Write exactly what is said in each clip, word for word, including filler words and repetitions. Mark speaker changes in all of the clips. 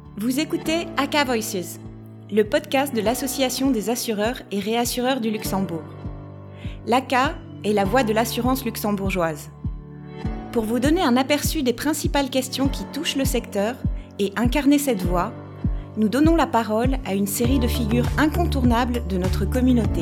Speaker 1: Vous écoutez A K A Voices, le podcast de l'Association des assureurs et réassureurs du Luxembourg. L'A C A est la voix de l'assurance luxembourgeoise. Pour vous donner un aperçu des principales questions qui touchent le secteur et incarner cette voix, nous donnons la parole à une série de figures incontournables de notre communauté.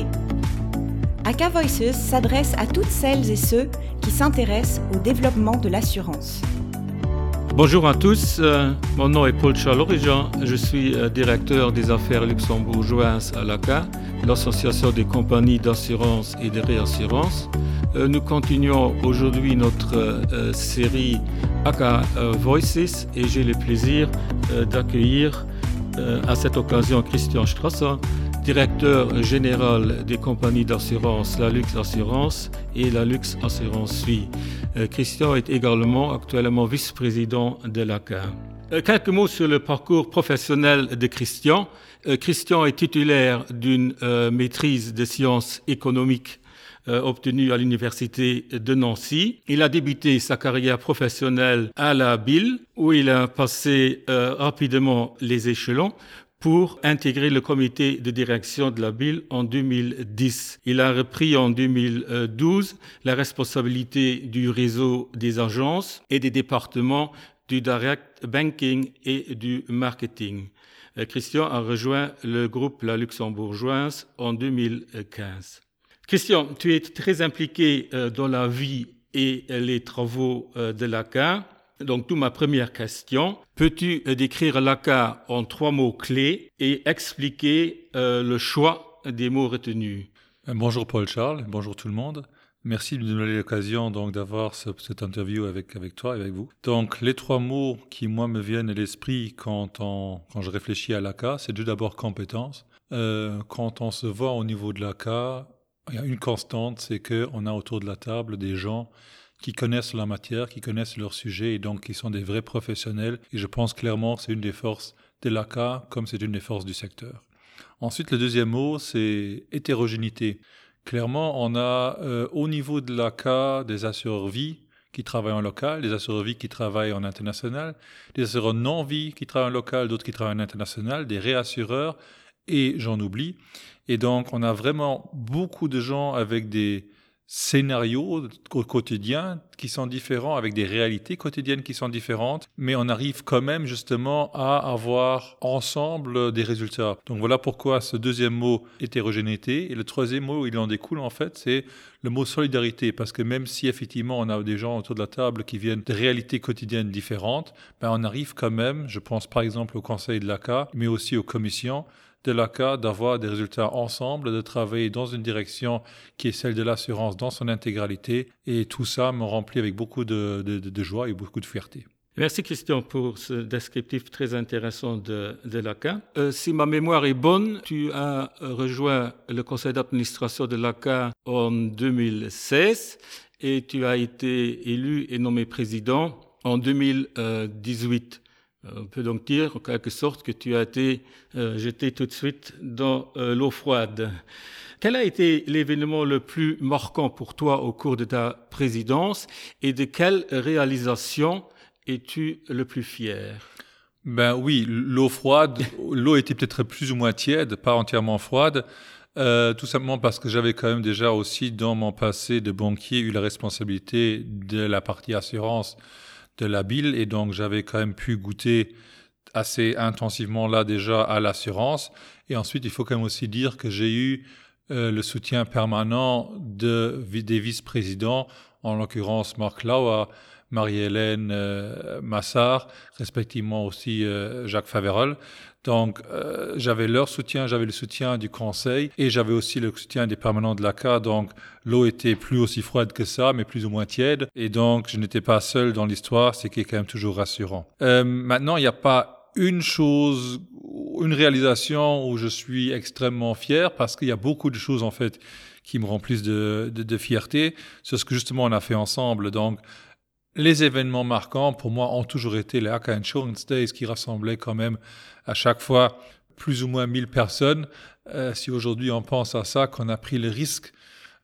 Speaker 1: A K A Voices s'adresse à toutes celles et ceux qui s'intéressent au développement de l'assurance.
Speaker 2: Bonjour à tous, euh, mon nom est Paul-Charles Origeant, je suis euh, directeur des affaires luxembourgeoises à l'A C A, l'Association des compagnies d'assurance et de réassurance. Euh, nous continuons aujourd'hui notre euh, série A K A euh, Voices et j'ai le plaisir euh, d'accueillir euh, à cette occasion Christian Strasser, directeur général des compagnies d'assurance, la Lux Assurance et la Lux Assurance Vie. Euh, Christian est également actuellement vice-président de l'A C A. Euh, quelques mots sur le parcours professionnel de Christian. Euh, Christian est titulaire d'une euh, maîtrise de sciences économiques euh, obtenue à l'université de Nancy. Il a débuté sa carrière professionnelle à la B I L, où il a passé euh, rapidement les échelons pour intégrer le comité de direction de la B I L en deux mille dix. Il a repris en deux mille douze la responsabilité du réseau des agences et des départements du direct banking et du marketing. Christian a rejoint le groupe La Luxembourgeoise en deux mille quinze. Christian, tu es très impliqué dans la vie et les travaux de l'A C A. Donc, toute ma première question, peux-tu décrire l'A C A en trois mots clés et expliquer euh, le choix des mots retenus?
Speaker 3: Bonjour Paul-Charles, bonjour tout le monde. Merci de me donner l'occasion donc d'avoir ce, cette interview avec, avec toi et avec vous. Donc, les trois mots qui, moi, me viennent à l'esprit quand, on, quand je réfléchis à l'A C A, c'est tout d'abord compétence. Euh, quand on se voit au niveau de l'A C A, il y a une constante, c'est qu'on a autour de la table des gens qui connaissent la matière, qui connaissent leur sujet et donc qui sont des vrais professionnels. Et je pense clairement que c'est une des forces de l'A C A comme c'est une des forces du secteur. Ensuite, le deuxième mot, c'est hétérogénéité. Clairement, on a euh, au niveau de l'A C A des assureurs vie qui travaillent en local, des assureurs vie qui travaillent en international, des assureurs non-vie qui travaillent en local, d'autres qui travaillent en international, des réassureurs et j'en oublie. Et donc, on a vraiment beaucoup de gens avec des scénarios au quotidien qui sont différents, avec des réalités quotidiennes qui sont différentes, mais on arrive quand même justement à avoir ensemble des résultats. Donc voilà pourquoi ce deuxième mot, hétérogénéité, et le troisième mot, il en découle en fait, c'est le mot solidarité, parce que même si effectivement on a des gens autour de la table qui viennent de réalités quotidiennes différentes, ben on arrive quand même, je pense par exemple au conseil de l'A C A, mais aussi aux commissions, de l'A C A d'avoir des résultats ensemble, de travailler dans une direction qui est celle de l'assurance dans son intégralité. Et tout ça me remplit avec beaucoup de, de, de joie et beaucoup de fierté.
Speaker 2: Merci Christian pour ce descriptif très intéressant de, de l'A C A. Euh, si ma mémoire est bonne, tu as rejoint le conseil d'administration de l'A C A en deux mille seize et tu as été élu et nommé président en deux mille dix-huit. On peut donc dire, en quelque sorte, que tu as été euh, jeté tout de suite dans euh, l'eau froide. Quel a été l'événement le plus marquant pour toi au cours de ta présidence et de quelle réalisation es-tu le plus fier?
Speaker 3: Ben oui, l'eau froide, l'eau était peut-être plus ou moins tiède, pas entièrement froide, euh, tout simplement parce que j'avais quand même déjà aussi, dans mon passé de banquier, eu la responsabilité de la partie assurance de la B I L et donc j'avais quand même pu goûter assez intensivement là déjà à l'assurance. Et ensuite, il faut quand même aussi dire que j'ai eu euh, le soutien permanent de, des vice-présidents, en l'occurrence Marc Lauer, Marie-Hélène euh, Massard, respectivement aussi euh, Jacques Faverol. Donc, euh, j'avais leur soutien, j'avais le soutien du conseil et j'avais aussi le soutien des permanents de l'A C A. Donc, l'eau était plus aussi froide que ça, mais plus ou moins tiède. Et donc, je n'étais pas seul dans l'histoire, ce qui est quand même toujours rassurant. Euh, maintenant, il n'y a pas une chose, une réalisation où je suis extrêmement fier parce qu'il y a beaucoup de choses, en fait, qui me remplissent de, de, de fierté. C'est ce que justement on a fait ensemble. Donc, les événements marquants, pour moi, ont toujours été les A C A Insurance Days qui rassemblaient quand même à chaque fois plus ou moins mille personnes. Euh, si aujourd'hui on pense à ça, qu'on a pris le risque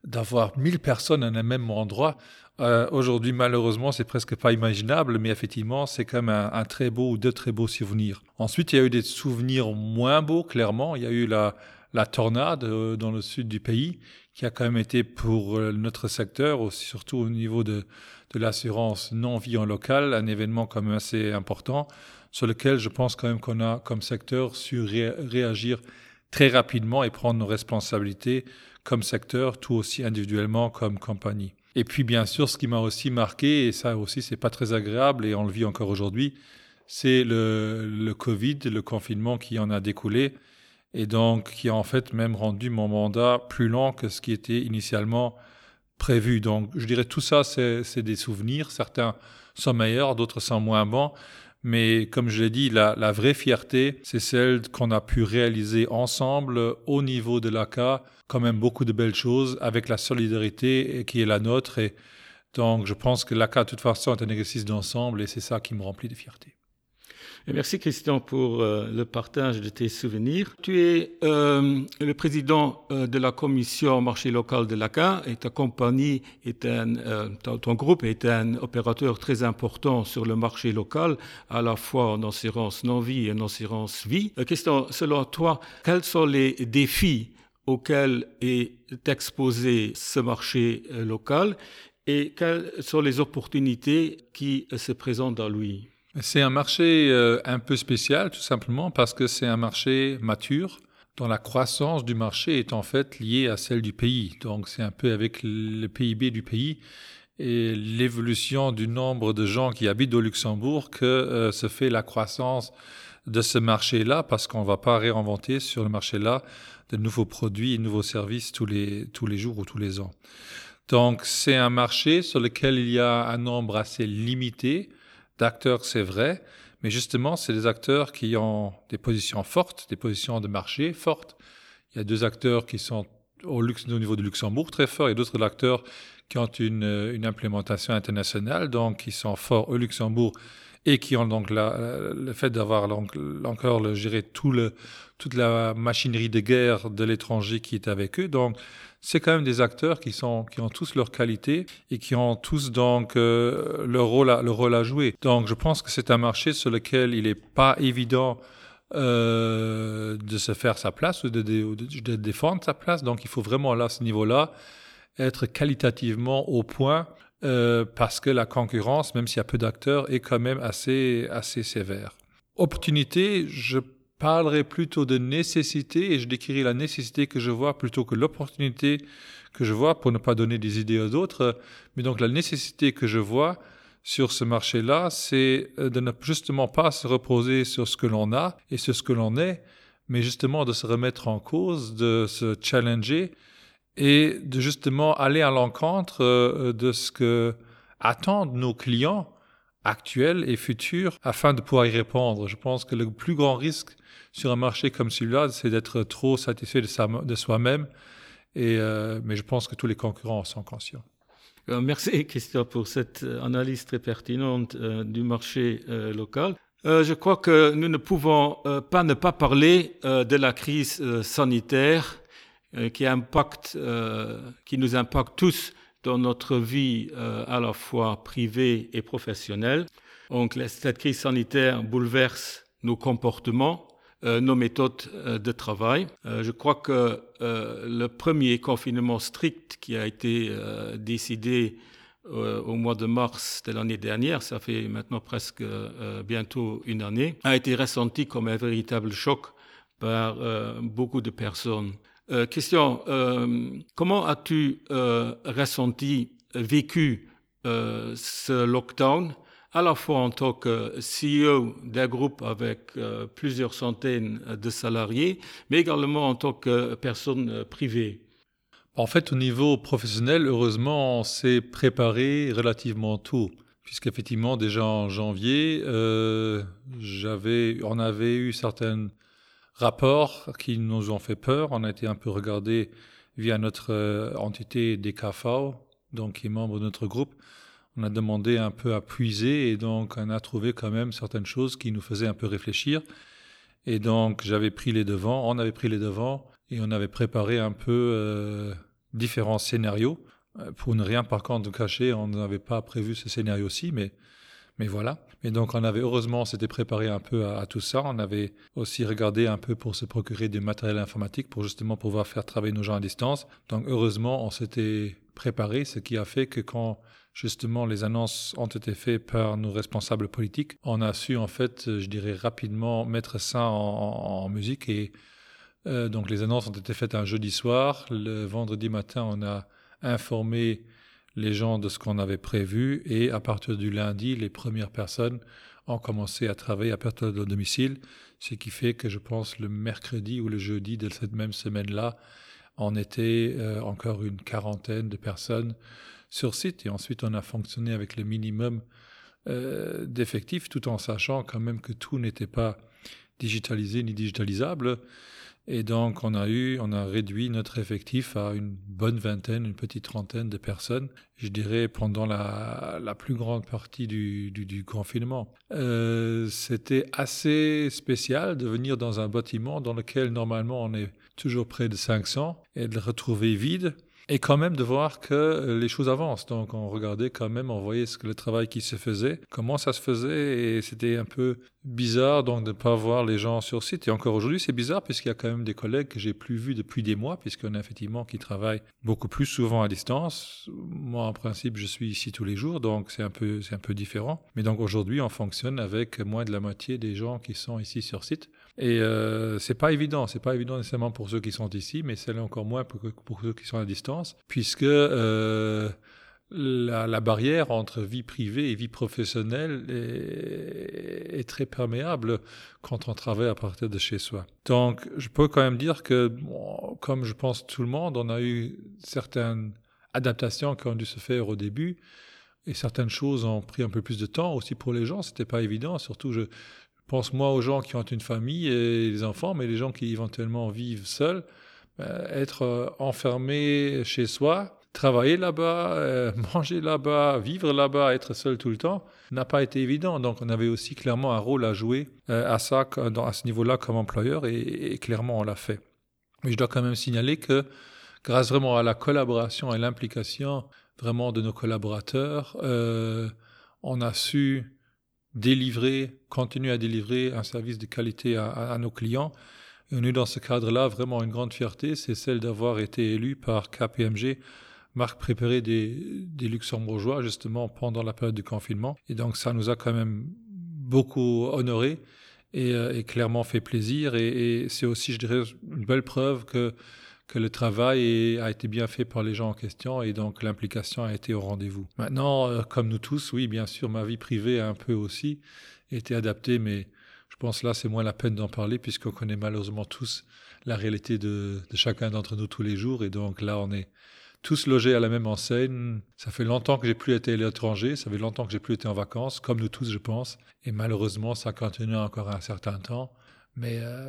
Speaker 3: d'avoir mille personnes à un même endroit. Euh, aujourd'hui, malheureusement, c'est presque pas imaginable, mais effectivement, c'est quand même un, un très beau ou deux très beaux souvenirs. Ensuite, il y a eu des souvenirs moins beaux, clairement. Il y a eu la, la tornade euh, dans le sud du pays, qui a quand même été pour euh, notre secteur, aussi, surtout au niveau de, de l'assurance non-vie en local, un événement quand même assez important, sur lequel je pense quand même qu'on a, comme secteur, su ré- réagir très rapidement et prendre nos responsabilités comme secteur, tout aussi individuellement comme compagnie. Et puis, bien sûr, ce qui m'a aussi marqué, et ça aussi, c'est pas très agréable, et on le vit encore aujourd'hui, c'est le, le Covid, le confinement qui en a découlé, et donc qui a en fait même rendu mon mandat plus long que ce qui était initialement prévu. Donc, je dirais tout ça, c'est, c'est des souvenirs. Certains sont meilleurs, d'autres sont moins bons. Mais comme je l'ai dit, la, la vraie fierté, c'est celle qu'on a pu réaliser ensemble au niveau de l'A C A, quand même beaucoup de belles choses avec la solidarité qui est la nôtre. Et donc, je pense que l'A C A, de toute façon, est un exercice d'ensemble et c'est ça qui me remplit de fierté.
Speaker 2: Et merci Christian pour euh, le partage de tes souvenirs. Tu es euh, le président euh, de la commission marché local de l'A C A et ta compagnie est un, euh, ton groupe est un opérateur très important sur le marché local, à la fois en assurance non-vie et en assurance vie. Euh, Christian, selon toi, quels sont les défis auxquels est exposé ce marché euh, local et quelles sont les opportunités qui euh, se présentent dans lui?
Speaker 3: C'est un marché euh, un peu spécial, tout simplement, parce que c'est un marché mature, dont la croissance du marché est en fait liée à celle du pays. Donc, c'est un peu avec le P I B du pays et l'évolution du nombre de gens qui habitent au Luxembourg que euh, se fait la croissance de ce marché-là, parce qu'on ne va pas réinventer sur le marché-là de nouveaux produits et de nouveaux services tous les, tous les jours ou tous les ans. Donc, c'est un marché sur lequel il y a un nombre assez limité d'acteurs, c'est vrai, mais justement, c'est des acteurs qui ont des positions fortes, des positions de marché fortes. Il y a deux acteurs qui sont au, luxe, au niveau du Luxembourg très forts et d'autres acteurs qui ont une, une implémentation internationale, donc qui sont forts au Luxembourg et qui ont donc la, le fait d'avoir donc, encore le, gérer tout le, toute la machinerie de guerre de l'étranger qui est avec eux. Donc, c'est quand même des acteurs qui, sont, qui ont tous leurs qualités et qui ont tous donc euh, leur, rôle à, leur rôle à jouer. Donc, je pense que c'est un marché sur lequel il n'est pas évident euh, de se faire sa place ou de, de, de défendre sa place. Donc, il faut vraiment, là, à ce niveau-là, être qualitativement au point euh, parce que la concurrence, même s'il y a peu d'acteurs, est quand même assez, assez sévère. Opportunité, je parlerai plutôt de nécessité et je décrirai la nécessité que je vois plutôt que l'opportunité que je vois pour ne pas donner des idées aux autres. Mais donc la nécessité que je vois sur ce marché-là, c'est de ne justement pas se reposer sur ce que l'on a et sur ce que l'on est, mais justement de se remettre en cause, de se challenger et de justement aller à l'encontre de ce que attendent nos clients actuels et futurs afin de pouvoir y répondre. Je pense que le plus grand risque sur un marché comme celui-là, c'est d'être trop satisfait de, sa, de soi-même. Et, euh, mais je pense que tous les concurrents en sont conscients.
Speaker 2: Euh, merci Christian pour cette analyse très pertinente euh, du marché euh, local. Euh, je crois que nous ne pouvons euh, pas ne pas parler euh, de la crise euh, sanitaire euh, qui, impacte, euh, qui nous impacte tous dans notre vie euh, à la fois privée et professionnelle. Donc, cette crise sanitaire bouleverse nos comportements, euh, nos méthodes euh, de travail. Euh, je crois que euh, le premier confinement strict qui a été euh, décidé euh, au mois de mars de l'année dernière, ça fait maintenant presque euh, bientôt une année, a été ressenti comme un véritable choc par euh, beaucoup de personnes. Euh, Christian, euh, comment as-tu euh, ressenti, vécu euh, ce lockdown, à la fois en tant que C E O d'un groupe avec euh, plusieurs centaines de salariés, mais également en tant que personne privée?
Speaker 3: En fait, au niveau professionnel, heureusement, on s'est préparé relativement tôt, puisqu'effectivement, déjà en janvier, euh, j'avais, on avait eu certaines rapports qui nous ont fait peur. On a été un peu regardé via notre euh, entité D K V, donc qui est membre de notre groupe. On a demandé un peu à puiser et donc on a trouvé quand même certaines choses qui nous faisaient un peu réfléchir. Et donc j'avais pris les devants, on avait pris les devants et on avait préparé un peu euh, différents scénarios. Pour ne rien par contre cacher, on n'avait pas prévu ce scénario-ci, mais, mais voilà. Et donc on avait heureusement, on s'était préparé un peu à, à tout ça. On avait aussi regardé un peu pour se procurer du matériel informatique pour justement pouvoir faire travailler nos gens à distance. Donc heureusement, on s'était préparé, ce qui a fait que quand justement les annonces ont été faites par nos responsables politiques, on a su en fait, je dirais rapidement, mettre ça en, en, en musique. Et euh, donc les annonces ont été faites un jeudi soir. Le vendredi matin, on a informé les gens de ce qu'on avait prévu et à partir du lundi, les premières personnes ont commencé à travailler à partir de leur domicile, ce qui fait que je pense le mercredi ou le jeudi de cette même semaine-là, on était euh, encore une quarantaine de personnes sur site et ensuite on a fonctionné avec le minimum euh, d'effectifs tout en sachant quand même que tout n'était pas digitalisé ni digitalisable. Et donc, on a eu, on a réduit notre effectif à une bonne vingtaine, une petite trentaine de personnes, je dirais, pendant la, la plus grande partie du, du, du confinement. Euh, c'était assez spécial de venir dans un bâtiment dans lequel, normalement, on est toujours près de cinq cents et de le retrouver vide. Et quand même de voir que les choses avancent. Donc on regardait quand même, on voyait ce que le travail qui se faisait, comment ça se faisait, et c'était un peu bizarre donc de ne pas voir les gens sur site. Et encore aujourd'hui, c'est bizarre puisqu'il y a quand même des collègues que j'ai plus vus depuis des mois, puisqu'on a effectivement qui travaillent beaucoup plus souvent à distance. Moi, en principe, je suis ici tous les jours, donc c'est un peu, c'est un peu différent. Mais donc aujourd'hui, on fonctionne avec moins de la moitié des gens qui sont ici sur site. Et euh, c'est pas évident, c'est pas évident nécessairement pour ceux qui sont ici, mais c'est encore moins pour, pour ceux qui sont à distance, puisque euh, la, la barrière entre vie privée et vie professionnelle est, est très perméable quand on travaille à partir de chez soi. Donc, je peux quand même dire que, bon, comme je pense tout le monde, on a eu certaines adaptations qui ont dû se faire au début, et certaines choses ont pris un peu plus de temps aussi pour les gens. C'était pas évident, surtout je pense moi aux gens qui ont une famille et des enfants, mais les gens qui éventuellement vivent seuls, euh, être euh, enfermés chez soi, travailler là-bas, euh, manger là-bas, vivre là-bas, être seul tout le temps, n'a pas été évident. Donc on avait aussi clairement un rôle à jouer euh, à ça, à ce niveau-là comme employeur, et, et clairement on l'a fait. Mais je dois quand même signaler que grâce vraiment à la collaboration et l'implication vraiment de nos collaborateurs, euh, on a su délivrer, continuer à délivrer un service de qualité à, à, à nos clients. Et on a eu dans ce cadre-là vraiment une grande fierté, c'est celle d'avoir été élu par K P M G, marque préférée des, des Luxembourgeois, justement pendant la période du confinement. Et donc ça nous a quand même beaucoup honorés et, euh, et clairement fait plaisir. Et, et c'est aussi, je dirais, une belle preuve que que le travail est, a été bien fait par les gens en question et donc l'implication a été au rendez-vous. Maintenant, euh, comme nous tous, oui, bien sûr, ma vie privée a un peu aussi été adaptée, mais je pense là, c'est moins la peine d'en parler puisqu'on connaît malheureusement tous la réalité de, de chacun d'entre nous tous les jours. Et donc là, on est tous logés à la même enseigne. Ça fait longtemps que j'ai plus été à l'étranger, ça fait longtemps que j'ai plus été en vacances, comme nous tous, je pense. Et malheureusement, ça continue encore un certain temps. Mais euh,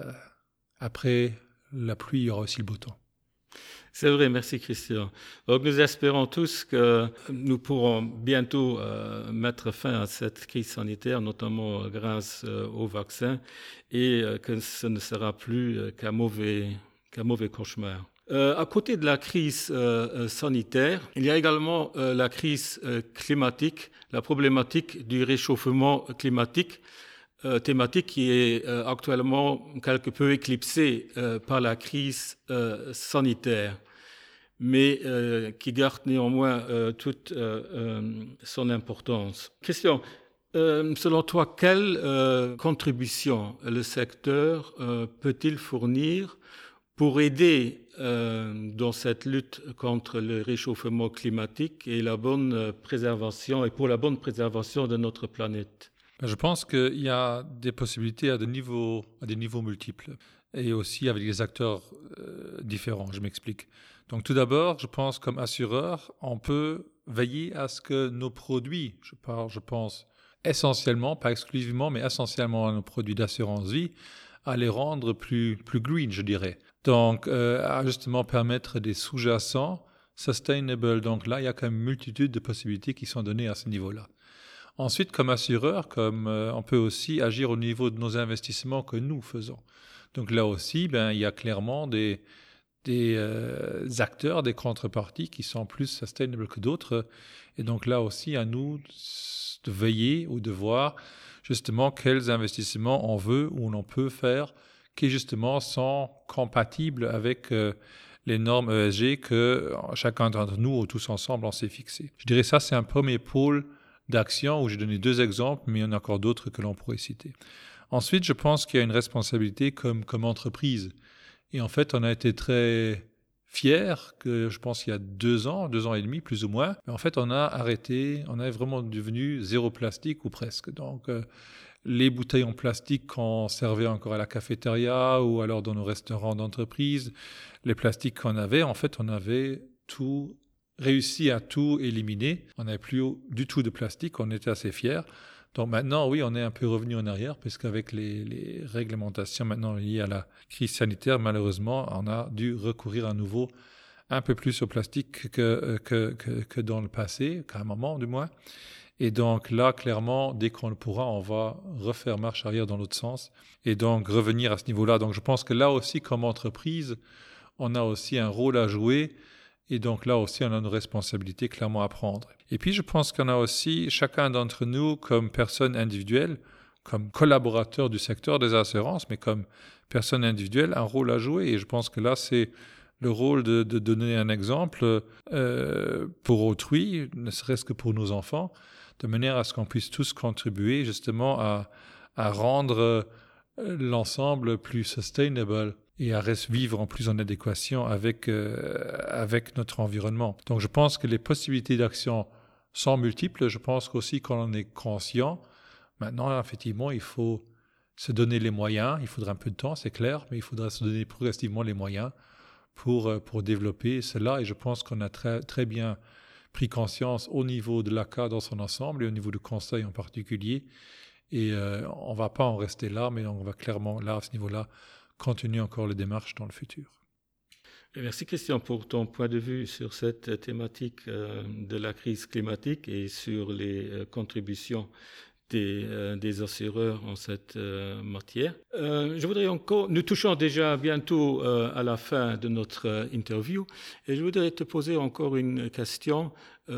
Speaker 3: après la pluie, il y aura aussi le beau temps.
Speaker 2: C'est vrai, merci Christian. Donc nous espérons tous que nous pourrons bientôt euh, mettre fin à cette crise sanitaire, notamment grâce euh, au vaccin, et euh, que ce ne sera plus euh, qu'un mauvais, qu'un mauvais cauchemar. Euh, à côté de la crise euh, sanitaire, il y a également euh, la crise euh, climatique, la problématique du réchauffement climatique, Euh, thématique qui est euh, actuellement quelque peu éclipsée euh, par la crise euh, sanitaire, mais euh, qui garde néanmoins euh, toute euh, euh, son importance. Christian, euh, selon toi, quelle euh, contribution le secteur euh, peut-il fournir pour aider euh, dans cette lutte contre le réchauffement climatique et la bonne préservation et pour la bonne préservation de notre planète?
Speaker 3: Je pense qu'il y a des possibilités à des niveaux, à des niveaux multiples et aussi avec des acteurs euh, différents. Je m'explique. Donc tout d'abord, je pense comme assureur, on peut veiller à ce que nos produits, je parle, je pense essentiellement, pas exclusivement, mais essentiellement à nos produits d'assurance vie, à les rendre plus, plus green, je dirais. Donc euh, à justement permettre des sous-jacents sustainable. Donc là, il y a quand même une multitude de possibilités qui sont données à ce niveau-là. Ensuite, comme assureur, comme, euh, on peut aussi agir au niveau de nos investissements que nous faisons. Donc là aussi, ben, il y a clairement des, des euh, acteurs, des contreparties qui sont plus sustainable que d'autres. Et donc là aussi, à nous de veiller ou de voir justement quels investissements on veut ou on peut faire qui justement sont compatibles avec euh, les normes E S G que chacun d'entre nous ou tous ensemble on s'est fixé. Je dirais ça, c'est un premier pôle d'action où j'ai donné deux exemples, mais il y en a encore d'autres que l'on pourrait citer. Ensuite, je pense qu'il y a une responsabilité comme, comme entreprise. Et en fait, on a été très fiers que, je pense, il y a deux ans, deux ans et demi, plus ou moins, mais en fait, on a arrêté, on est vraiment devenu zéro plastique ou presque. Donc, euh, les bouteilles en plastique qu'on servait encore à la cafétéria ou alors dans nos restaurants d'entreprise, les plastiques qu'on avait, en fait, on avait tout réussi à tout éliminer. On n'avait plus du tout de plastique, on était assez fiers. Donc maintenant, oui, on est un peu revenu en arrière, puisqu'avec les, les réglementations maintenant liées à la crise sanitaire, malheureusement, on a dû recourir à nouveau un peu plus au plastique que, que, que, que dans le passé, qu'à un moment du moins. Et donc là, clairement, dès qu'on le pourra, on va refaire marche arrière dans l'autre sens et donc revenir à ce niveau-là. Donc je pense que là aussi, comme entreprise, on a aussi un rôle à jouer. Et donc là aussi, on a une responsabilité clairement à prendre. Et puis, je pense qu'on a aussi, chacun d'entre nous, comme personne individuelle, comme collaborateur du secteur des assurances, mais comme personne individuelle, un rôle à jouer. Et je pense que là, c'est le rôle de, de donner un exemple euh, pour autrui, ne serait-ce que pour nos enfants, de manière à ce qu'on puisse tous contribuer justement à, à rendre l'ensemble plus sustainable et à vivre en plus en adéquation avec, euh, avec notre environnement. Donc je pense que les possibilités d'action sont multiples. Je pense qu'aussi quand on est conscient, maintenant effectivement il faut se donner les moyens, il faudra un peu de temps, c'est clair, mais il faudra se donner progressivement les moyens pour, pour développer cela. Et je pense qu'on a très, très bien pris conscience au niveau de l'A C A dans son ensemble et au niveau du Conseil en particulier. Et euh, on ne va pas en rester là, mais on va clairement là, à ce niveau-là, continuer encore les démarches dans le futur.
Speaker 2: Merci Christian pour ton point de vue sur cette thématique de la crise climatique et sur les contributions des, des assureurs en cette matière. Je voudrais encore, nous touchons déjà bientôt à la fin de notre interview et je voudrais te poser encore une question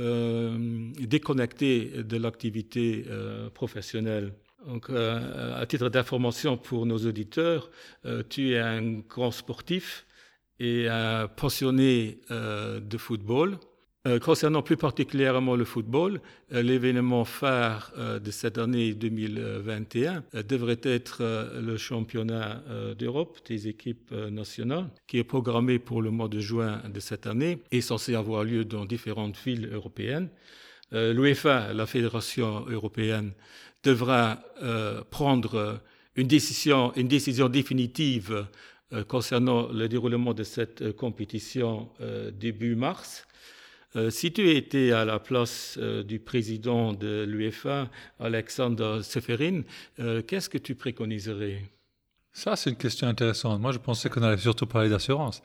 Speaker 2: déconnectée de l'activité professionnelle. Donc, euh, à titre d'information pour nos auditeurs, euh, tu es un grand sportif et un passionné euh, de football. Euh, concernant plus particulièrement le football, euh, l'événement phare euh, de cette année deux mille vingt et un euh, devrait être euh, le championnat euh, d'Europe des équipes euh, nationales, qui est programmé pour le mois de juin de cette année et censé avoir lieu dans différentes villes européennes. Euh, L'UEFA, la Fédération européenne, devra euh, prendre une décision, une décision définitive euh, concernant le déroulement de cette euh, compétition euh, début mars. Euh, si tu étais à la place euh, du président de l'UEFA, Alexander Ceferin, euh, qu'est-ce que tu préconiserais ?
Speaker 3: Ça, c'est une question intéressante. Moi, je pensais qu'on allait surtout parler d'assurance.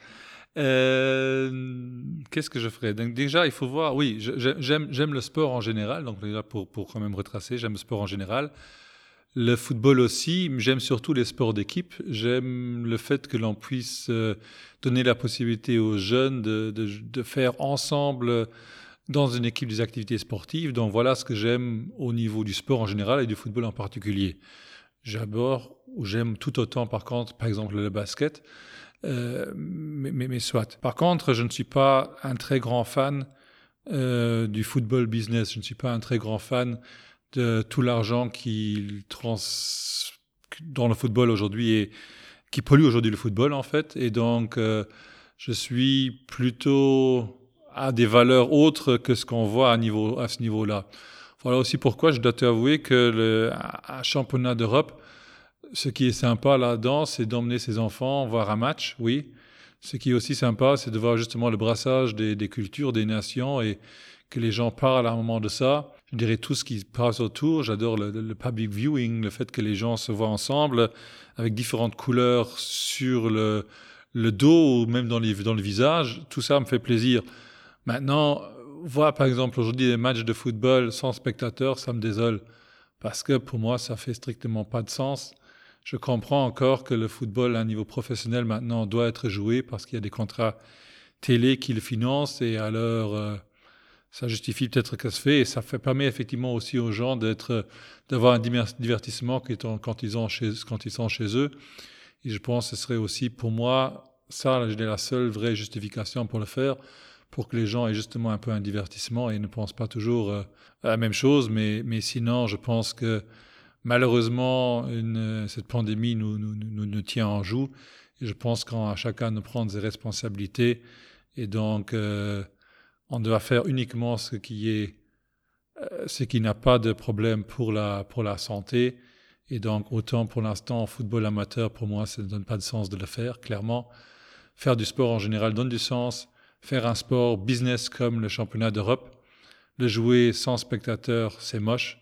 Speaker 3: Euh, qu'est-ce que je ferais ? Donc déjà, il faut voir, oui, j'aime, j'aime le sport en général, donc déjà pour, pour quand même retracer, j'aime le sport en général. Le football aussi, j'aime surtout les sports d'équipe. J'aime le fait que l'on puisse donner la possibilité aux jeunes de, de, de faire ensemble dans une équipe des activités sportives. Donc voilà ce que j'aime au niveau du sport en général et du football en particulier. J'adore, ou j'aime tout autant par contre, par exemple le basket. Euh, mais, mais, mais soit. Par contre, je ne suis pas un très grand fan euh, du football business. Je ne suis pas un très grand fan de tout l'argent qui trans... dans le football aujourd'hui et qui pollue aujourd'hui le football en fait. Et donc, euh, je suis plutôt à des valeurs autres que ce qu'on voit à, niveau, à ce niveau-là. Voilà aussi pourquoi je dois t'avouer que le un championnat d'Europe, ce qui est sympa là-dedans, c'est d'emmener ses enfants voir un match, oui. Ce qui est aussi sympa, c'est de voir justement le brassage des, des cultures, des nations et que les gens parlent à un moment de ça. Je dirais tout ce qui passe autour. J'adore le, le public viewing, le fait que les gens se voient ensemble avec différentes couleurs sur le, le dos ou même dans, les, dans le visage. Tout ça me fait plaisir. Maintenant, voir par exemple aujourd'hui des matchs de football sans spectateurs, ça me désole. Parce que pour moi, ça fait strictement pas de sens. Je comprends encore que le football à un niveau professionnel maintenant doit être joué parce qu'il y a des contrats télé qui le financent et alors euh, ça justifie peut-être que ça se fait et ça fait, permet effectivement aussi aux gens d'être, d'avoir un divertissement quand ils, ont chez, quand ils sont chez eux. Et je pense que ce serait aussi pour moi, ça, j'ai la seule vraie justification pour le faire, pour que les gens aient justement un peu un divertissement et ne pensent pas toujours euh, à la même chose. Mais, mais sinon, je pense que malheureusement, une, cette pandémie nous, nous, nous, nous tient en joue. Et je pense qu'à chacun de prendre ses responsabilités. Et donc, euh, on doit faire uniquement ce qui est, euh, ce qui n'a pas de problème pour la, pour la santé. Et donc, autant pour l'instant, en football amateur, pour moi, ça ne donne pas de sens de le faire, clairement. Faire du sport en général donne du sens. Faire un sport business comme le championnat d'Europe, le jouer sans spectateurs, c'est moche.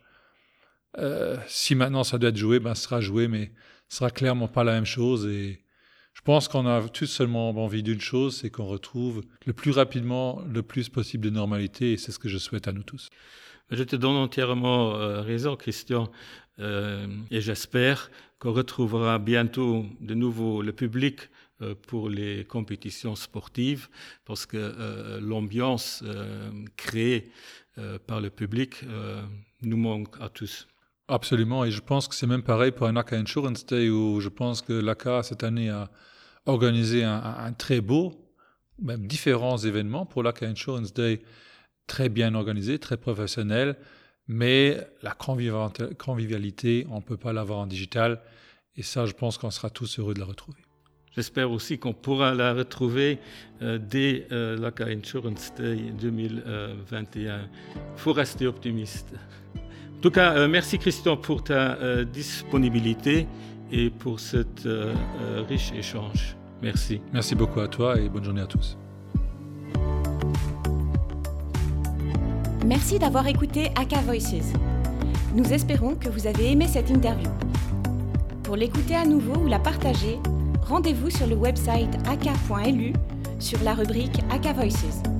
Speaker 3: Euh, si maintenant ça doit être joué, ben, ce sera joué, mais ce sera clairement pas la même chose. Et je pense qu'on a tous seulement envie d'une chose, c'est qu'on retrouve le plus rapidement, le plus possible de normalité, et c'est ce que je souhaite à nous tous.
Speaker 2: Je te donne entièrement euh, raison, Christian, euh, et j'espère qu'on retrouvera bientôt de nouveau le public euh, pour les compétitions sportives, parce que euh, l'ambiance euh, créée euh, par le public euh, nous manque à tous.
Speaker 3: Absolument, et je pense que c'est même pareil pour un A K Insurance Day, où je pense que l'A K cette année a organisé un, un très beau, même différents événements pour l'A K Insurance Day, très bien organisé, très professionnel, mais la convivialité, on ne peut pas l'avoir en digital, et ça, je pense qu'on sera tous heureux de la retrouver.
Speaker 2: J'espère aussi qu'on pourra la retrouver euh, dès euh, l'A K Insurance Day deux mille vingt et un. Il faut rester optimiste. En tout cas, euh, merci Christian pour ta euh, disponibilité et pour cet euh, euh, riche échange. Merci.
Speaker 3: Merci beaucoup à toi et bonne journée à tous.
Speaker 1: Merci d'avoir écouté A K Voices. Nous espérons que vous avez aimé cette interview. Pour l'écouter à nouveau ou la partager, rendez-vous sur le website a k point l u sur la rubrique A K Voices.